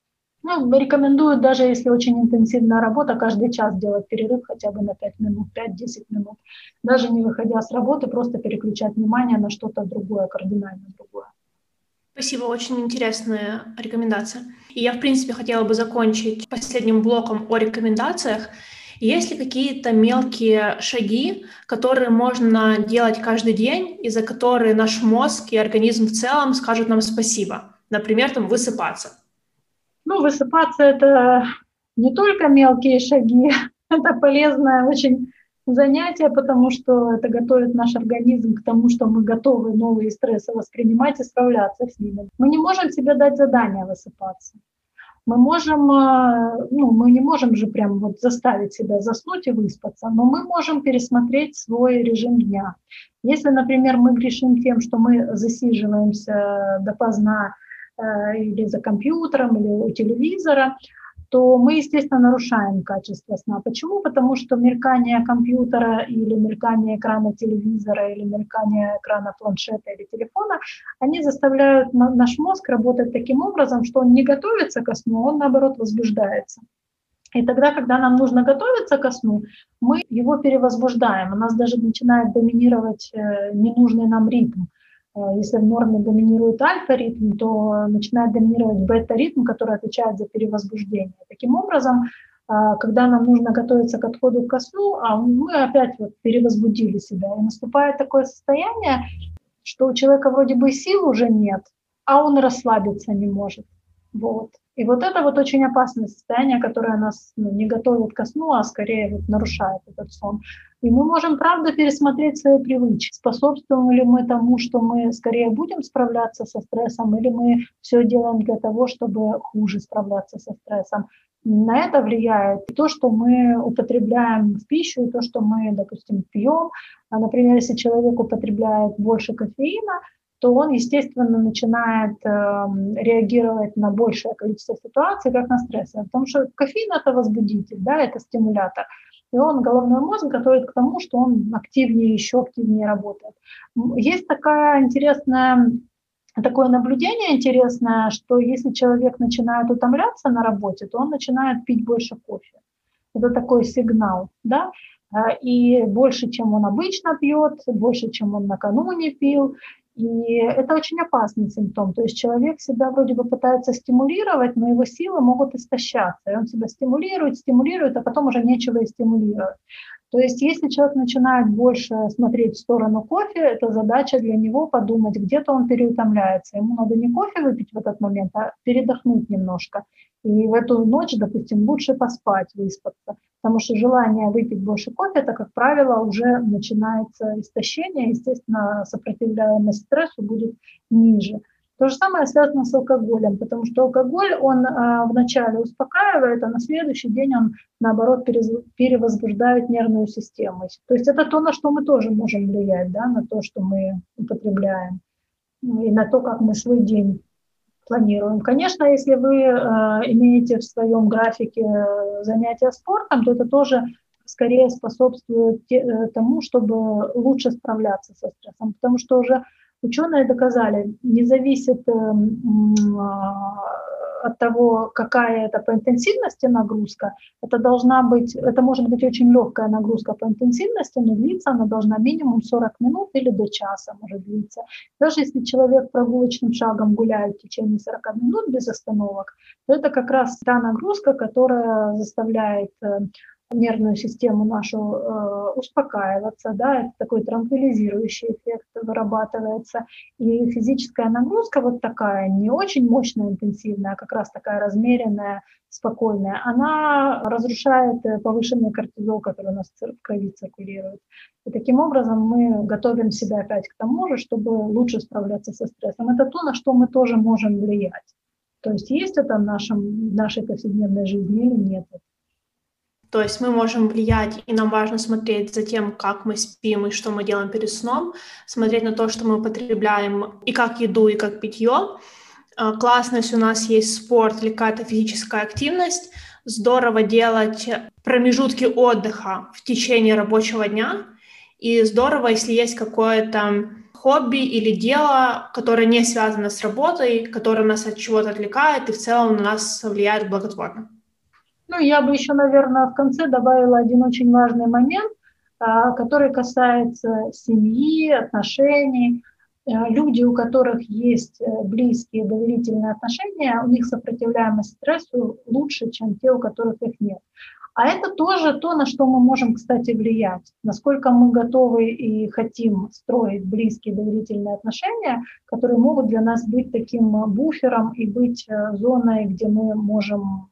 Ну, рекомендую, даже если очень интенсивная работа, каждый час делать перерыв хотя бы на пять минут, пять-десять минут. Даже не выходя с работы, просто переключать внимание на что-то другое, кардинально другое. Спасибо, очень интересная рекомендация. И я, в принципе, хотела бы закончить последним блоком о рекомендациях. Есть ли какие-то мелкие шаги, которые можно делать каждый день, и за которые наш мозг и организм в целом скажут нам спасибо? Например, там, высыпаться. Ну, высыпаться – это не только мелкие шаги, это полезное очень занятие, потому что это готовит наш организм к тому, что мы готовы новые стрессы воспринимать и справляться с ними. Мы не можем себе дать задание высыпаться. Мы можем, ну, мы не можем же прям вот заставить себя заснуть и выспаться, но мы можем пересмотреть свой режим дня. Если, например, мы грешим тем, что мы засиживаемся допоздна э, или за компьютером, или у телевизора, то мы, естественно, нарушаем качество сна. Почему? Потому что мелькание компьютера или мелькание экрана телевизора или мелькание экрана планшета или телефона, они заставляют наш мозг работать таким образом, что он не готовится ко сну, он, наоборот, возбуждается. И тогда, когда нам нужно готовиться ко сну, мы его перевозбуждаем. У нас даже начинает доминировать ненужный нам ритм. Если в норме доминирует альфа-ритм, то начинает доминировать бета-ритм, который отвечает за перевозбуждение. Таким образом, когда нам нужно готовиться к отходу ко сну, мы опять вот перевозбудили себя. И наступает такое состояние, что у человека вроде бы сил уже нет, а он расслабиться не может. Вот. И вот это вот очень опасное состояние, которое нас ну, не готовит ко сну, а скорее вот нарушает этот сон. И мы можем, правда, пересмотреть свои привычки. Способствуем ли мы тому, что мы скорее будем справляться со стрессом, или мы все делаем для того, чтобы хуже справляться со стрессом. На это влияет то, что мы употребляем в пищу, и то, что мы, допустим, пьем. Например, если человек употребляет больше кофеина, то он, естественно, начинает э, реагировать на большее количество ситуаций, как на стрессы. Потому что кофеин – это возбудитель, да, это стимулятор. И он, головной мозг, готовит к тому, что он активнее, еще активнее работает. Есть такая интересная, такое наблюдение интересное, что если человек начинает утомляться на работе, то он начинает пить больше кофе. Это такой сигнал, да, и больше, чем он обычно пьет, больше, чем он накануне пил. И это очень опасный симптом. То есть человек себя вроде бы пытается стимулировать, но его силы могут истощаться. И он себя стимулирует, стимулирует, а потом уже нечего и стимулировать. То есть если человек начинает больше смотреть в сторону кофе, это задача для него подумать, где-то он переутомляется. Ему надо не кофе выпить в этот момент, а передохнуть немножко. И в эту ночь, допустим, лучше поспать, выспаться. Потому что желание выпить больше кофе, это, как правило, уже начинается истощение, естественно, сопротивляемость стрессу будет ниже. То же самое связано с алкоголем, потому что алкоголь, он э, вначале успокаивает, а на следующий день он, наоборот, перевозбуждает нервную систему. То есть это то, на что мы тоже можем влиять, да, на то, что мы употребляем, и на то, как мы свой день планируем. Конечно, если вы э, имеете в своем графике занятия спортом, то это тоже скорее способствует те, э, тому, чтобы лучше справляться со стрессом, потому что уже ученые доказали, не зависит э, э, от того, какая это по интенсивности нагрузка, это должна быть, это может быть очень легкая нагрузка по интенсивности, но длиться она должна минимум сорок минут или до часа может длиться. Даже если человек прогулочным шагом гуляет в течение сорок минут без остановок, то это как раз та нагрузка, которая заставляет э, нервную систему нашу э, успокаиваться, да, это такой транквилизирующий эффект вырабатывается. И физическая нагрузка вот такая, не очень мощная, интенсивная, а как раз такая размеренная, спокойная, она разрушает повышенный кортизол, который у нас в крови циркулирует. И таким образом мы готовим себя опять к тому же, чтобы лучше справляться со стрессом. Это то, на что мы тоже можем влиять. То есть есть это в, нашем, в нашей повседневной жизни или нет? То есть мы можем влиять, и нам важно смотреть за тем, как мы спим и что мы делаем перед сном, смотреть на то, что мы употребляем и как еду, и как питье. Классно, если у нас есть спорт или какая-то физическая активность. Здорово делать промежутки отдыха в течение рабочего дня. И здорово, если есть какое-то хобби или дело, которое не связано с работой, которое нас от чего-то отвлекает и в целом на нас влияет благотворно. Ну, я бы еще, наверное, в конце добавила один очень важный момент, который касается семьи, отношений. Люди, у которых есть близкие доверительные отношения, у них сопротивляемость стрессу лучше, чем те, у которых их нет. А это тоже то, на что мы можем, кстати, влиять. Насколько мы готовы и хотим строить близкие доверительные отношения, которые могут для нас быть таким буфером и быть зоной, где мы можем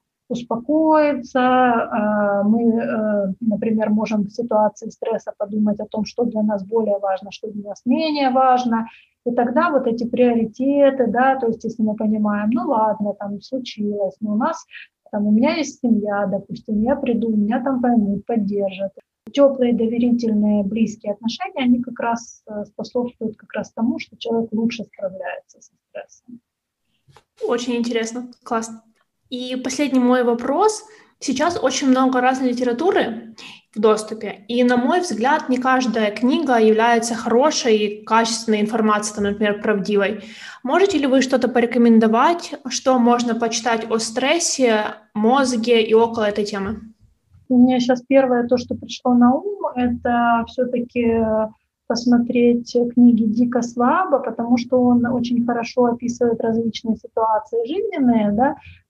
успокоиться, мы, например, можем в ситуации стресса подумать о том, что для нас более важно, что для нас менее важно. И тогда вот эти приоритеты, да, то есть если мы понимаем, ну ладно, там случилось, но у нас, там, у меня есть семья, допустим, я приду, меня там поймут, поддержат. Теплые, доверительные, близкие отношения, они как раз способствуют как раз тому, что человек лучше справляется со стрессом. Очень интересно, классно. И последний мой вопрос. Сейчас очень много разной литературы в доступе, и, на мой взгляд, не каждая книга является хорошей и качественной информацией, там, например, правдивой. Можете ли вы что-то порекомендовать, что можно почитать о стрессе, мозге и около этой темы? У меня сейчас первое, то, что пришло на ум, это все-таки посмотреть книги Дика Сваба, потому что он очень хорошо описывает различные ситуации жизненные, да,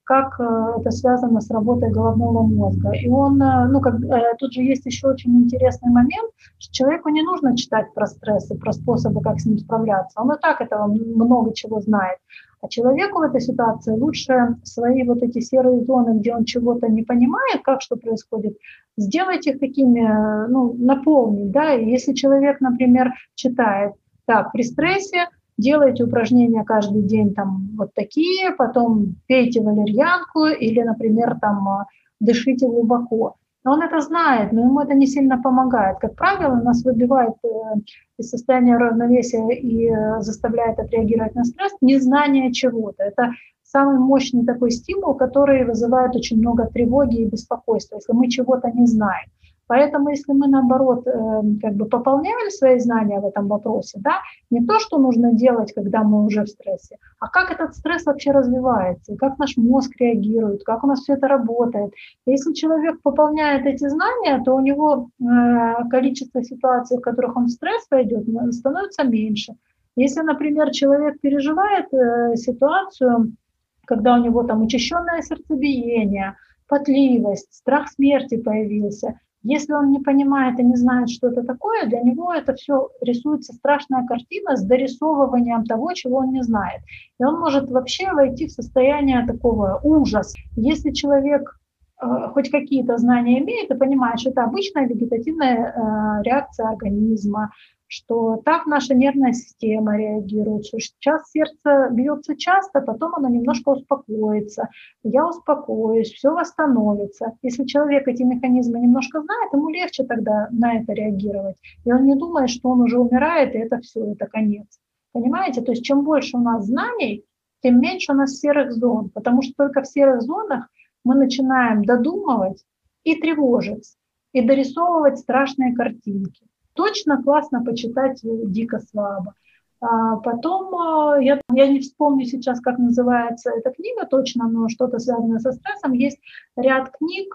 как это связано с работой головного мозга. И он, ну, как, тут же есть еще очень интересный момент, что человеку не нужно читать про стресс и про способы, как с ним справляться. Он и так этого много чего знает. А человеку в этой ситуации лучше свои вот эти серые зоны, где он чего-то не понимает, как что происходит, сделать их такими, ну, наполнить, да. И если человек, например, читает, так, при стрессе делайте упражнения каждый день там вот такие, потом пейте валерьянку или, например, там дышите глубоко. Но он это знает, но ему это не сильно помогает. Как правило, нас выбивает из состояния равновесия и заставляет отреагировать на стресс незнание чего-то. Это самый мощный такой стимул, который вызывает очень много тревоги и беспокойства, если мы чего-то не знаем. Поэтому если мы, наоборот, как бы пополняем свои знания в этом вопросе, да, не то, что нужно делать, когда мы уже в стрессе, а как этот стресс вообще развивается, как наш мозг реагирует, как у нас все это работает. Если человек пополняет эти знания, то у него количество ситуаций, в которых он в стресс войдет, становится меньше. Если, например, человек переживает ситуацию, когда у него там учащенное сердцебиение, потливость, страх смерти появился, если он не понимает и не знает, что это такое, для него это все рисуется страшная картина с дорисовыванием того, чего он не знает. И он может вообще войти в состояние такого ужаса. Если человек э, хоть какие-то знания имеет и понимает, что это обычная вегетативная э, реакция организма, что так наша нервная система реагирует, что сейчас сердце бьется часто, потом оно немножко успокоится, я успокоюсь, все восстановится. Если человек эти механизмы немножко знает, ему легче тогда на это реагировать. И он не думает, что он уже умирает, и это все, это конец. Понимаете? То есть чем больше у нас знаний, тем меньше у нас серых зон, потому что только в серых зонах мы начинаем додумывать и тревожиться, и дорисовывать страшные картинки. Точно классно почитать дико слабо. А потом, я, я не вспомню сейчас, как называется эта книга точно, но что-то связанное со стрессом. Есть ряд книг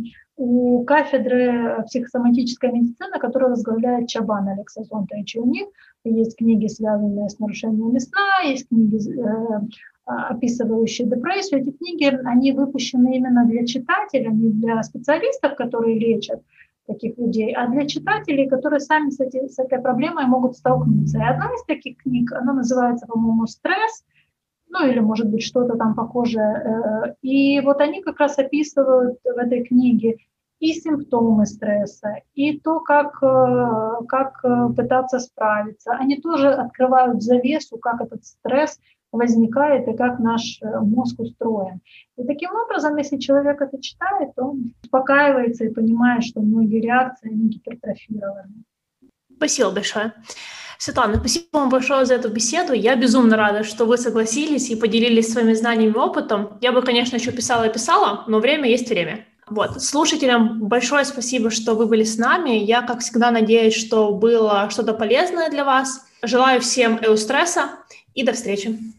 у кафедры психосоматической медицины, которую возглавляет Чабан Алекс Азонтович. У них есть книги, связанные с нарушениями сна, есть книги, э, описывающие депрессию. Эти книги, они выпущены именно для читателей, не для специалистов, которые лечат таких людей, а для читателей, которые сами с, эти, с этой проблемой могут столкнуться. И одна из таких книг, она называется, по-моему, «Стресс», ну или, может быть, что-то там похожее. И вот они как раз описывают в этой книге и симптомы стресса, и то, как, как пытаться справиться. Они тоже открывают завесу, как этот стресс возникает и как наш мозг устроен. И таким образом, если человек это читает, он успокаивается и понимает, что многие реакции, они гипертрофированы. Спасибо большое. Светлана, спасибо вам большое за эту беседу. Я безумно рада, что вы согласились и поделились своими знаниями и опытом. Я бы, конечно, еще писала и писала, но время есть время. Вот. Слушателям большое спасибо, что вы были с нами. Я, как всегда, надеюсь, что было что-то полезное для вас. Желаю всем эустресса и до встречи.